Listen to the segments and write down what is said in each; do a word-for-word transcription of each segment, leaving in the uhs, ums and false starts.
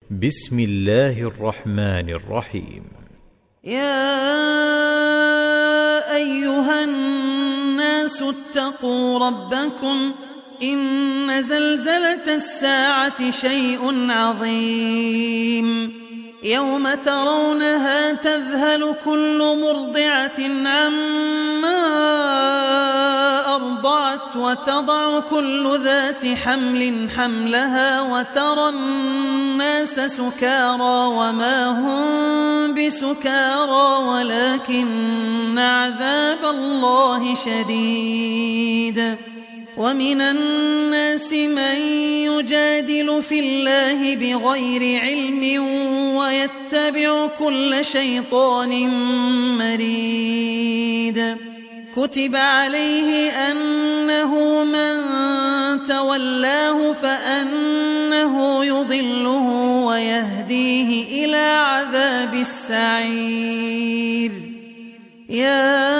بسم الله الرحمن الرحيم. يا أيها الناس اتقوا ربكم إن زلزلة الساعة شيء عظيم يوم ترونها تذهل كل مرضعة عما أرضعت وتضع كل ذات حمل حملها وترى الناس سكارى وما هم بسكارى ولكن عذاب الله شديد. ومن الناس من يجادل في الله بغير علم ويتبع كل شيطان مريد. كتب عليه أنه من تولاه فأنه يضله ويهديه إلى عذاب السعير. يا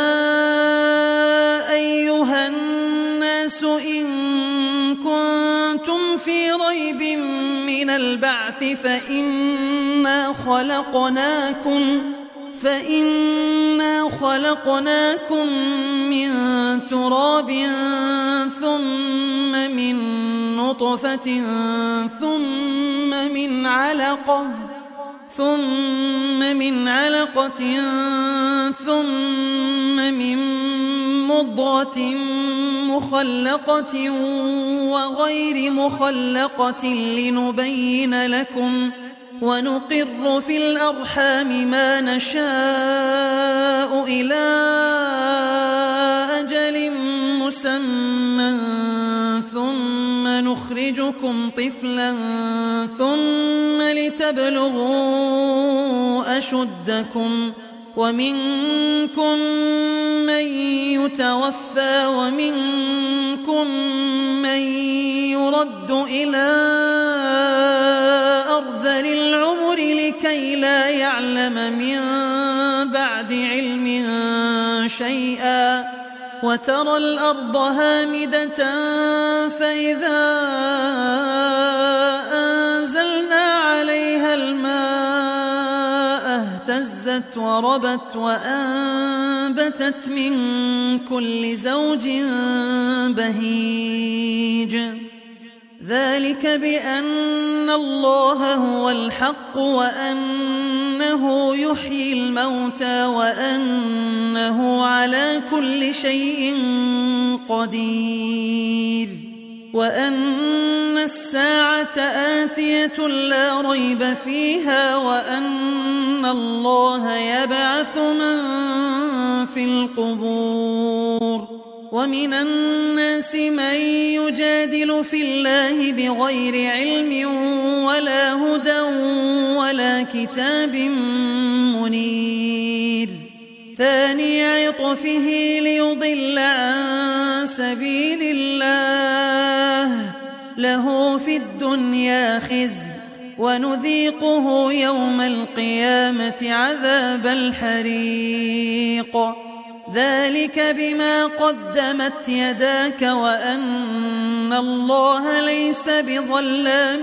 أيها الناس إن كنتم في ريب من البعث فإنا خلقناكم فإنا خلقناكم من تراب ثم من نطفة ثم من علقة ثم من علقة ثم من مضغة مخلقة وغير مخلقة لنبين لكم ونقر في الأرحام ما نشاء إلى أجل مسمى ثم نخرجكم طفلا ثم لتبلغوا أشدكم ومنكم من يتوفى ومنكم من يرد إلى أرذل العمر لكي لا يعلم من بعد علم شيئا. وترى الأرض هامدة فإذا أنزلنا عليها الماء اهتزت وربت وأنبتت من كل زوج بهيج. ذلك بأن الله هو الحق وأنه يحيي الموتى وأنه على كل شيء قدير وأن الساعة آتية لا ريب فيها وأن الله يبعث من في القبور. ومن الناس من يجادل في الله بغير علم ولا هدى ولا كتاب منير. ثاني عطفه ليضل عن سبيل الله له في الدنيا خزي ونذيقه يوم القيامة عذاب الحريق. ذلك بما قدمت يداك وأن الله ليس بظلام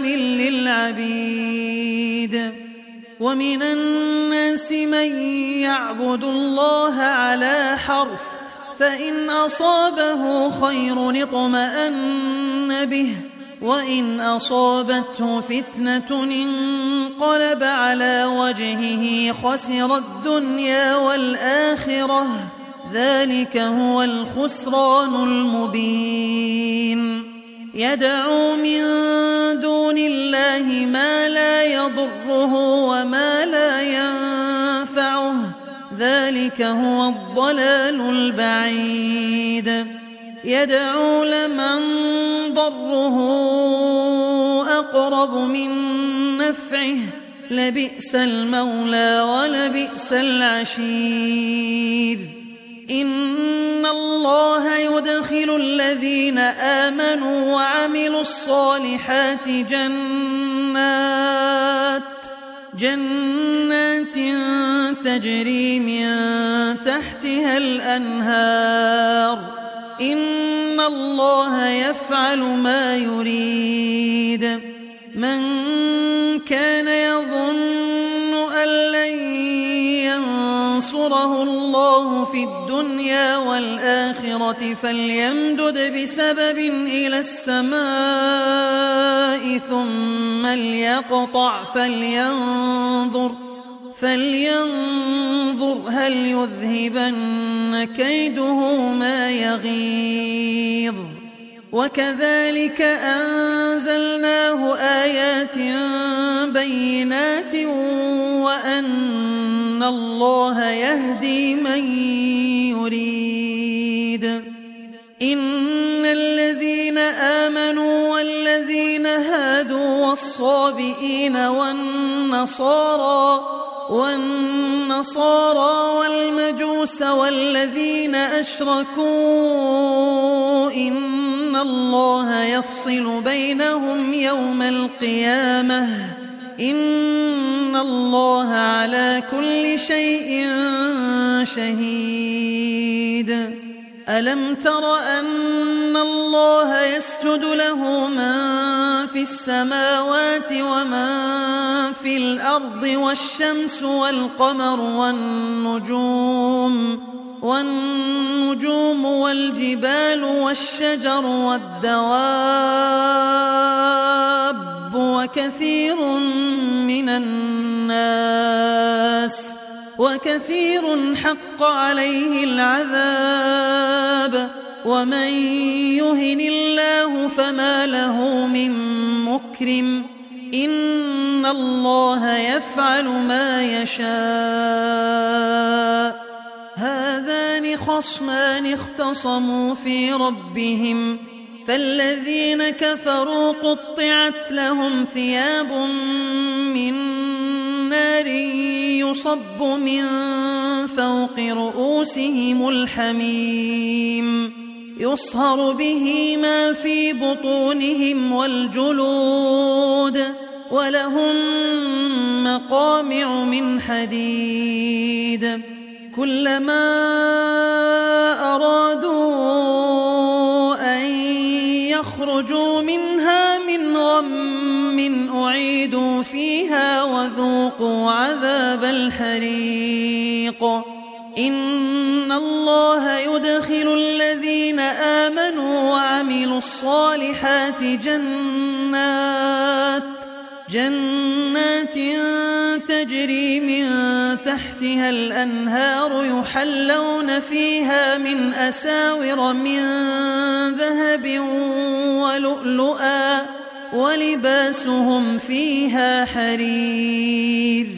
للعبيد. ومن الناس من يعبد الله على حرف فإن أصابه خير اطمأن به وإن أصابته فتنة انقلب على وجهه خسر الدنيا والآخرة. ذلك هو الخسران المبين. يدعو من دون الله ما لا يضره وما لا ينفعه. ذلك هو الضلال البعيد. يدعو لمن ضره أقرب من نفعه لبئس المولى ولبئس العشير. إن الله يدخل الذين آمنوا وعملوا الصالحات جنات جنات تجري من تحتها الأنهار. إن الله يفعل ما يريد. من كان ينصره الله في الدنيا والآخرة فليمدد بسبب إلى السماء ثم ليقطع فلينظر فلينظر هل يذهبن كيده ما يغيظ. وكذلك أنزلناه آيات بينات وأن الله يهدي من يريد. إن الذين آمنوا والذين هادوا والصابئين والنصارى والنصارى والمجوس والذين أشركوا إن الله يفصل بينهم يوم القيامة إن الله على كل شيء شهيد. ألم تر أن الله يسجد له من في السماوات ومن في الأرض والشمس والقمر والنجوم والنجوم والجبال والشجر والدواب وكثير من الناس وكثير حق عليه العذاب ومن يهن الله فما له من مكرم إن الله يفعل ما يشاء. هذان خصمان اختصموا في ربهم فالذين كفروا قطعت لهم ثياب من نار يصب من فوق رؤوسهم الحميم يصهر به ما في بطونهم والجلود ولهم مقامع من حديد كلما أرادوا أن يخرجوا منها من غم أعيدوا فيها وذوقوا عذاب الحريق. إن الله يدخل الذين آمنوا وعملوا الصالحات جنات جنات تجري من تحتها الأنهار يحلون فيها من أساور من ذهب ولؤلؤا ولباسهم فيها حرير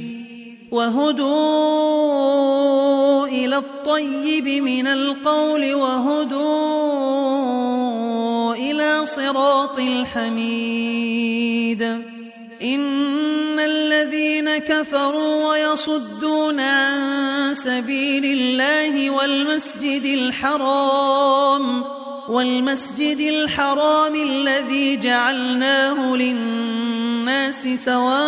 وهدوا إلى الطيب من القول وهدوا إلى صراط الحميد. إن الذين كفروا ويصدون عن سبيل الله والمسجد الحرام والمسجد الحرام الذي جعلناه للناس سواء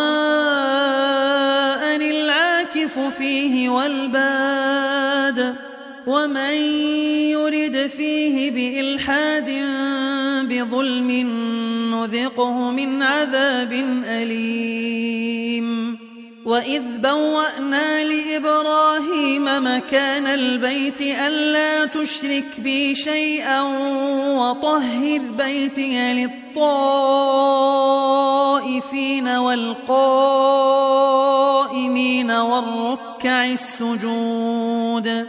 العاكف فيه والباد ومن يرد فيه بإلحاد بظلم نذقه من عذاب أليم. وإذ بوأنا لإبراهيم مكان البيت ألا تشرك بي شيئا وطهر بيتي للطائفين والقائمين والركع السجود.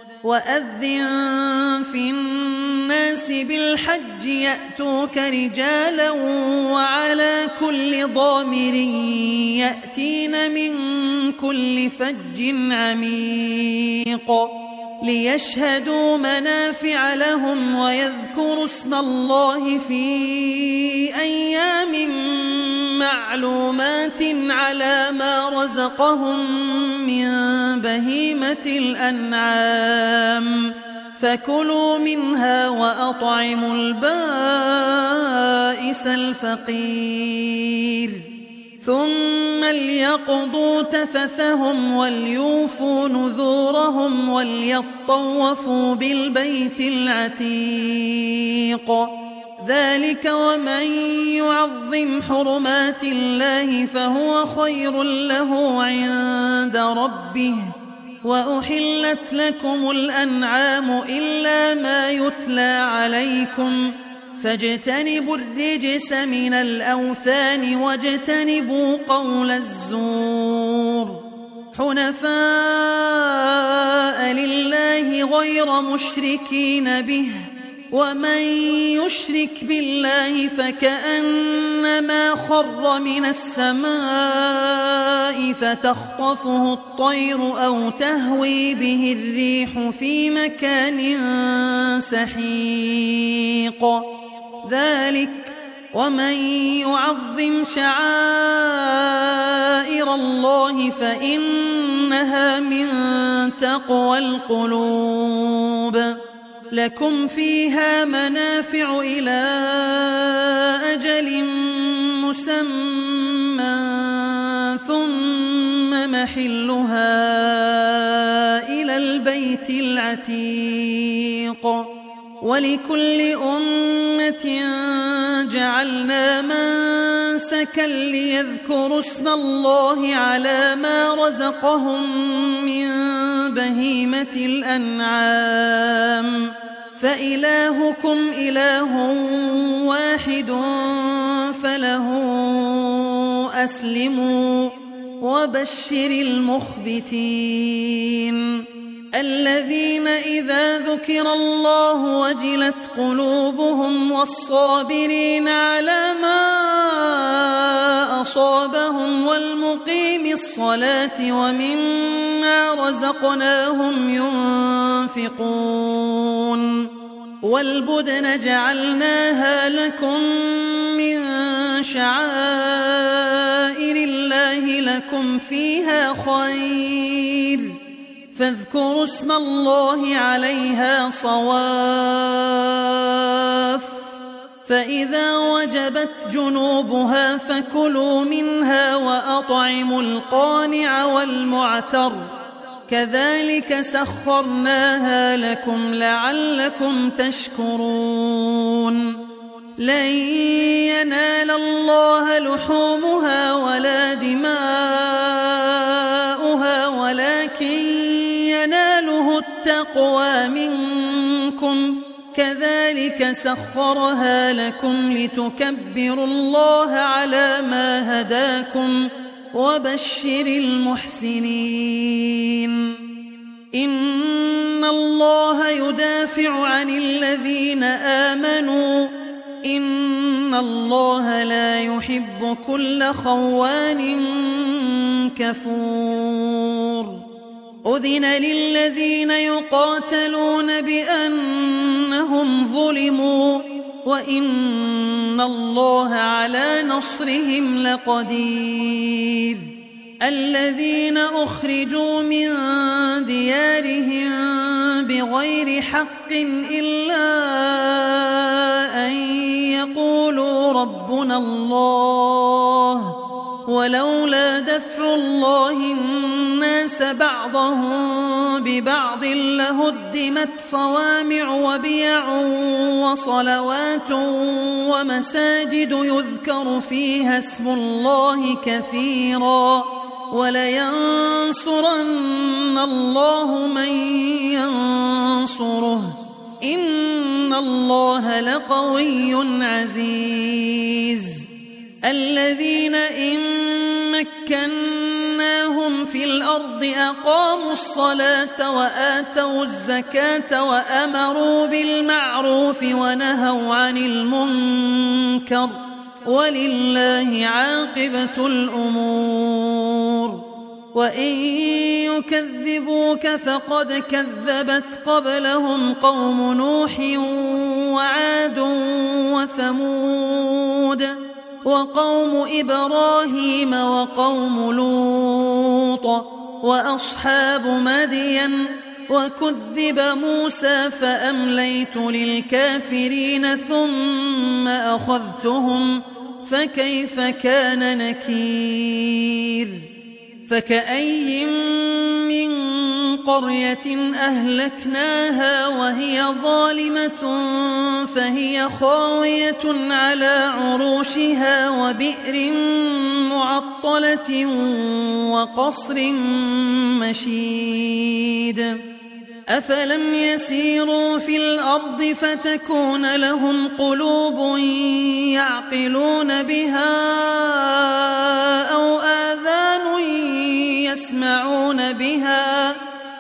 وأذن في الناس بالحج يأتوك رجالا وعلى كل ضامر يأتين من كل فج عميق ليشهدوا منافع لهم ويذكروا اسم الله في أيام معلومات على ما رزقهم من بهيمة الأنعام فكلوا منها وأطعموا البائس الفقير ثم ليقضوا تفثهم وليوفوا نذورهم وليطوفوا بالبيت العتيق. ذلك ومن يعظم حرمات الله فهو خير له عند ربه وأحلت لكم الأنعام إلا ما يتلى عليكم فاجتنبوا الرجس من الأوثان واجتنبوا قول الزور حنفاء لله غير مشركين به ومن يشرك بالله فكأنما خر من السماء فتخطفه الطير أو تهوي به الريح في مكان سحيق ذلك ومن يعظم شعائر الله فإنها من تقوى القلوب لكم فيها منافع إلى أجل مسمى ثم محلها إلى البيت العتيق ولكل أمة جعلنا منسكا ليذكروا اسم الله على ما رزقهم من بهيمة الأنعام فإلهكم إله واحد فله أسلموا وبشر المخبتين الذين إذا ذكر الله وجلت قلوبهم والصابرين على ما أصابهم والمقيم الصلاة ومما رزقناهم ينفقون والبدن جعلناها لكم من شعائر الله لكم فيها خير فاذكروا اسم الله عليها صواف فإذا وجبت جنوبها فكلوا منها وأطعموا القانع والمعتر كذلك سخرناها لكم لعلكم تشكرون لن ينال الله لحومها ولا دماؤها ولكن يناله التقوى منكم كذلك سخرها لكم لتكبروا الله على ما هداكم وبشر المحسنين إن الله يدافع عن الذين آمنوا إن الله لا يحب كل خوان كفور أذن للذين يقاتلون بأنهم ظلموا وإن الله على نصرهم لقدير الذين أخرجوا من ديارهم بغير حق إلا أن يقولوا ربنا الله ولولا دفع الله الناس بعضهم ببعض لهدمت صوامع وبيع وصلوات ومساجد يذكر فيها اسم الله كثيرا ولينصرن الله من ينصره إن الله لقوي عزيز الذين إن مكناهم في الأرض أقاموا الصلاة وآتوا الزكاة وأمروا بالمعروف ونهوا عن المنكر ولله عاقبة الأمور وإن يكذبوك فقد كذبت قبلهم قوم نوح وعاد وثمود وقوم إبراهيم وقوم لوط وأصحاب مدين وكذب موسى فأمليت للكافرين ثم أخذتهم فكيف كان نكير فكأي من قرية أهلكناها وهي ظالمة فهي خاوية على عروشها وبئر معطلة معطلة وقصر مشيد أفلم يسيروا في الأرض فتكون لهم قلوب يعقلون بها أو آذان يسمعون بها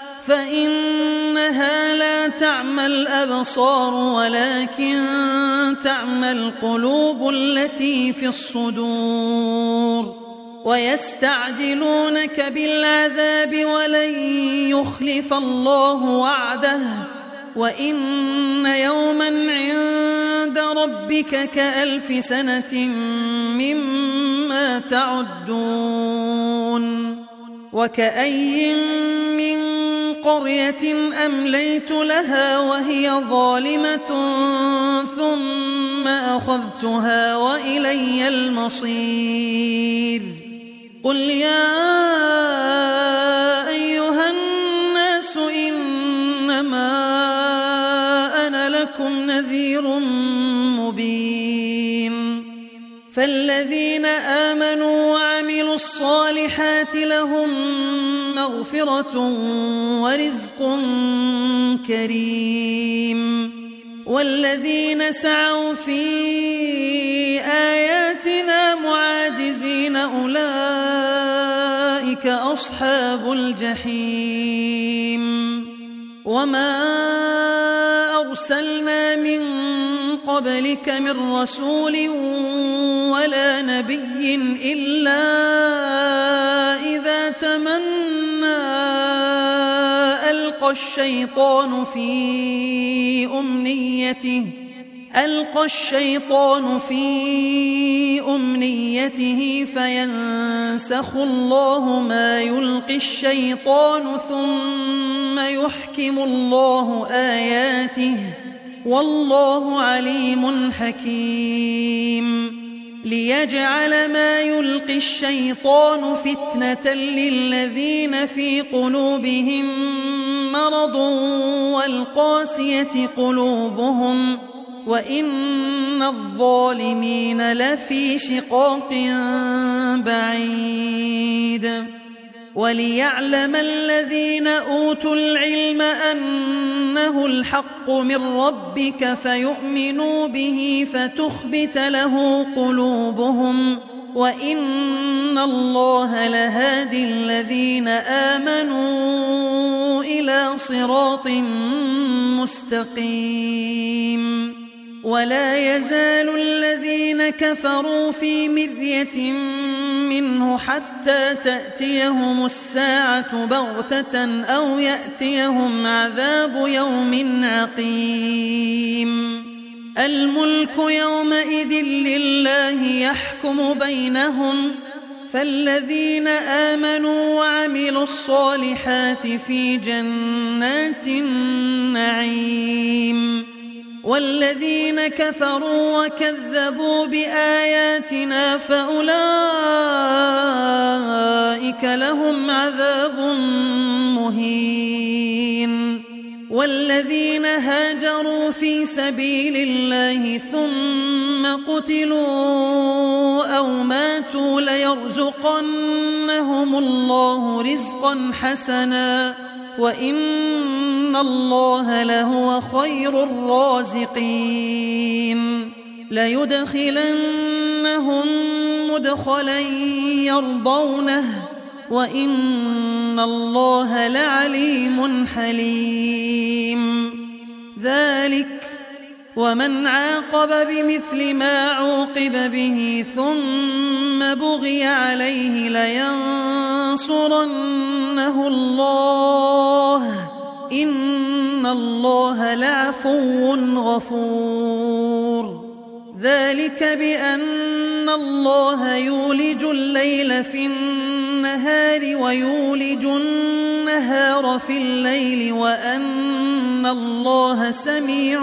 فإنها لا تعمى الأبصار ولكن تعمى القلوب التي في الصدور ويستعجلونك بالعذاب ولن يخلف الله وعده وإن يوما عند ربك كألف سنة مما تعدون وكأي من قرية أمليت لها وهي ظالمة ثم أخذتها وإلي المصير قل يا أيها الناس إنما أنا لكم نذير مبين فالذين آمنوا وعملوا الصالحات لهم مغفرة ورزق كريم والذين سعوا في آياتنا معاجزين أولئك أصحاب الجحيم وما أرسلنا من قبلك من رسول ولا نبي إلا إذا تمنى ألقى الشيطان في أمنيته ألقى الشيطان في أمنيته فينسخ الله ما يلقي الشيطان ثم يحكم الله آياته والله عليم حكيم ليجعل ما يلقي الشيطان فتنة للذين في قلوبهم مرض والقاسية قلوبهم وإن الظالمين لفي شقاق بعيد وليعلم الذين أوتوا العلم أنه الحق من ربك فيؤمنوا به فتخبت له قلوبهم وإن الله لهادي الذين آمنوا إلى صراط مستقيم ولا يزال الذين كفروا في مرية منه حتى تأتيهم الساعة بغتة أو يأتيهم عذاب يوم عقيم الملك يومئذ لله يحكم بينهم فالذين آمنوا وعملوا الصالحات في جنات النعيم والذين كفروا وكذبوا بآياتنا فأولئك لهم عذاب مهين والذين هاجروا في سبيل الله ثم قتلوا أو ماتوا ليرزقنهم الله رزقا حسنا وإن الله لهو خير الرازقين ليدخلنهم مدخلا يرضونه وإن الله لعليم حليم ذلك ومن عاقب بمثل ما عوقب به ثم بغي عليه لينصرنه الله إن الله لعفو غفور ذلك بأن الله يولج الليل في النهار ويولج النهار في الليل وأن الله سميع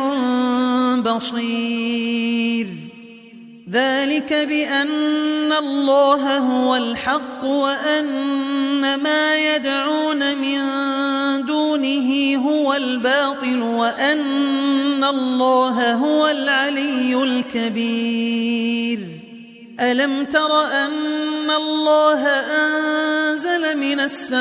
بصير ذلك بأن الله هو الحق وأن ما يدعون من دونه هو الباطل وأن الله هو العلي الكبير ألم تر أن الله أنزل من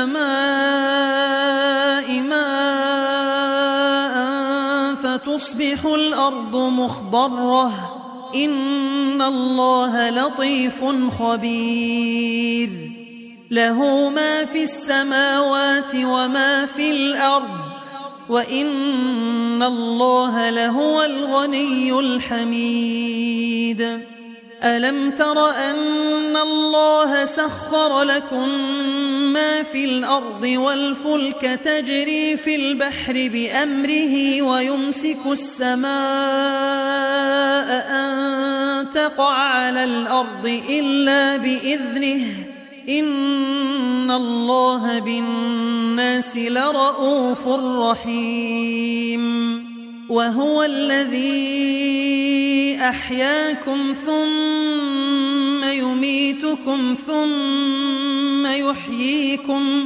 السماء ماء فتصبح الأرض مخضرة إن الله لطيف خبير له ما في السماوات وما في الأرض وإن الله لهو الغني الحميد ألم تر أن الله سخر لكم ما في الأرض والفلك تجري في البحر بأمره ويمسك السماء أن تقع على الأرض إلا بإذنه إن الله بالناس لرءوف رحيم وهو الذي أحياكم ثم يميتكم ثم يحييكم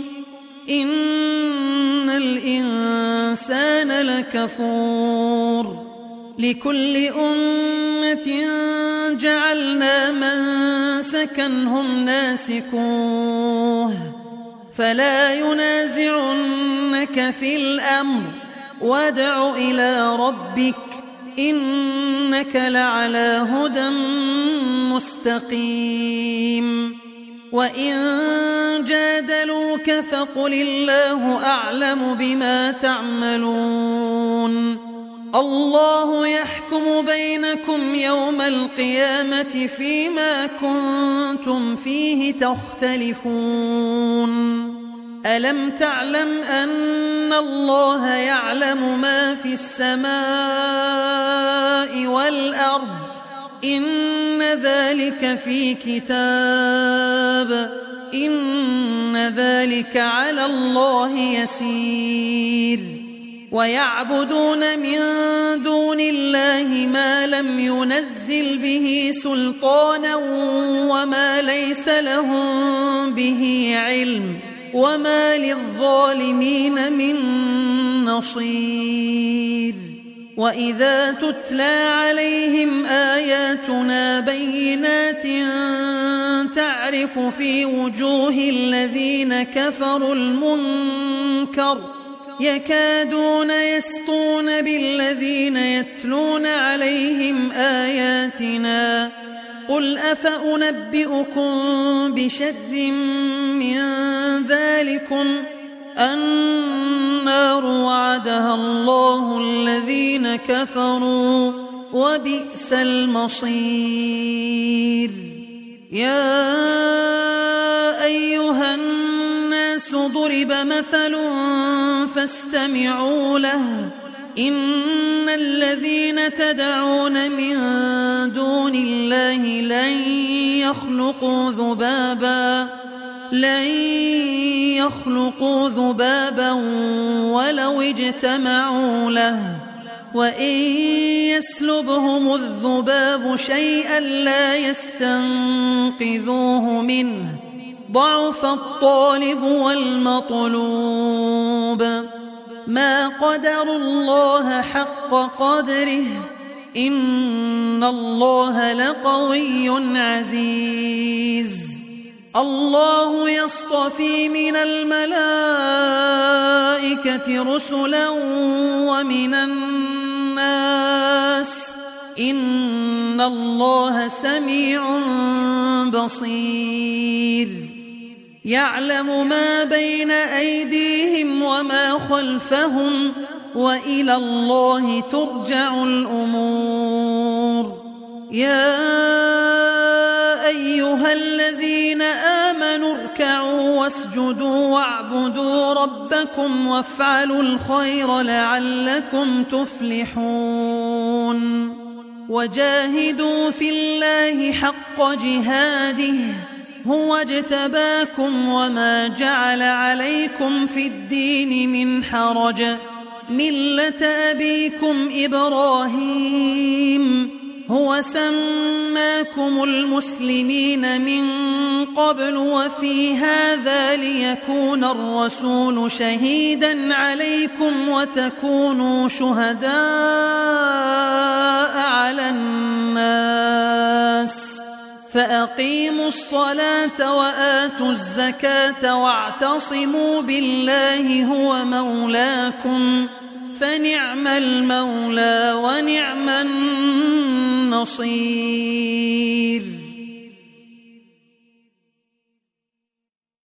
إن الإنسان لكفور لكل أمة جعلنا منسكا هم ناسكوه فلا ينازعنك في الأمر وادع إلى ربك إنك لعلى هدى مستقيم وإن جادلوك فقل الله أعلم بما تعملون الله يحكم بينكم يوم القيامة فيما كنتم فيه تختلفون ألم تعلم أن الله يعلم ما في السماء والأرض إن ذلك في كتاب إن ذلك على الله يسير ويعبدون من دون الله ما لم ينزل به سلطانا وما ليس لهم به علم وما للظالمين من نصير وإذا تتلى عليهم آياتنا بينات تعرف في وجوه الذين كفروا المنكر يكادون يسطون بالذين يتلون عليهم آياتنا قل أفأنبئكم بشر من ذلكم النار وعدها الله الذين كفروا وبئس المصير يا أيها الناس ضرب مثل فاستمعوا له إن الذين تدعون من دون الله لن يخلقوا ذبابا لن يخلقوا ذبابا ولو اجتمعوا له وإن يسلبهم الذباب شيئا لا يستنقذوه منه ضعف الطالب والمطلوب ما قدروا الله حق قدره إن الله لقوي عزيز الله يصطفي من الملائكة رسلا ومن الناس إن الله سميع بصير يعلم ما بين أيديهم وما خلفهم وإلى الله ترجع الأمور يا أيها الذين آمنوا اركعوا واسجدوا واعبدوا ربكم وافعلوا الخير لعلكم تفلحون وجاهدوا في الله حق جهاده هو اجتباكم وما جعل عليكم في الدين من حرج ملة أبيكم إبراهيم هو سماكم المسلمين من قبل وفي هذا ليكون الرسول شهيدا عليكم وتكونوا شهداء على الناس فأقيموا الصلاة وآتوا الزكاة واعتصموا بالله هو مولاكم فنعم المولى ونعم النصير.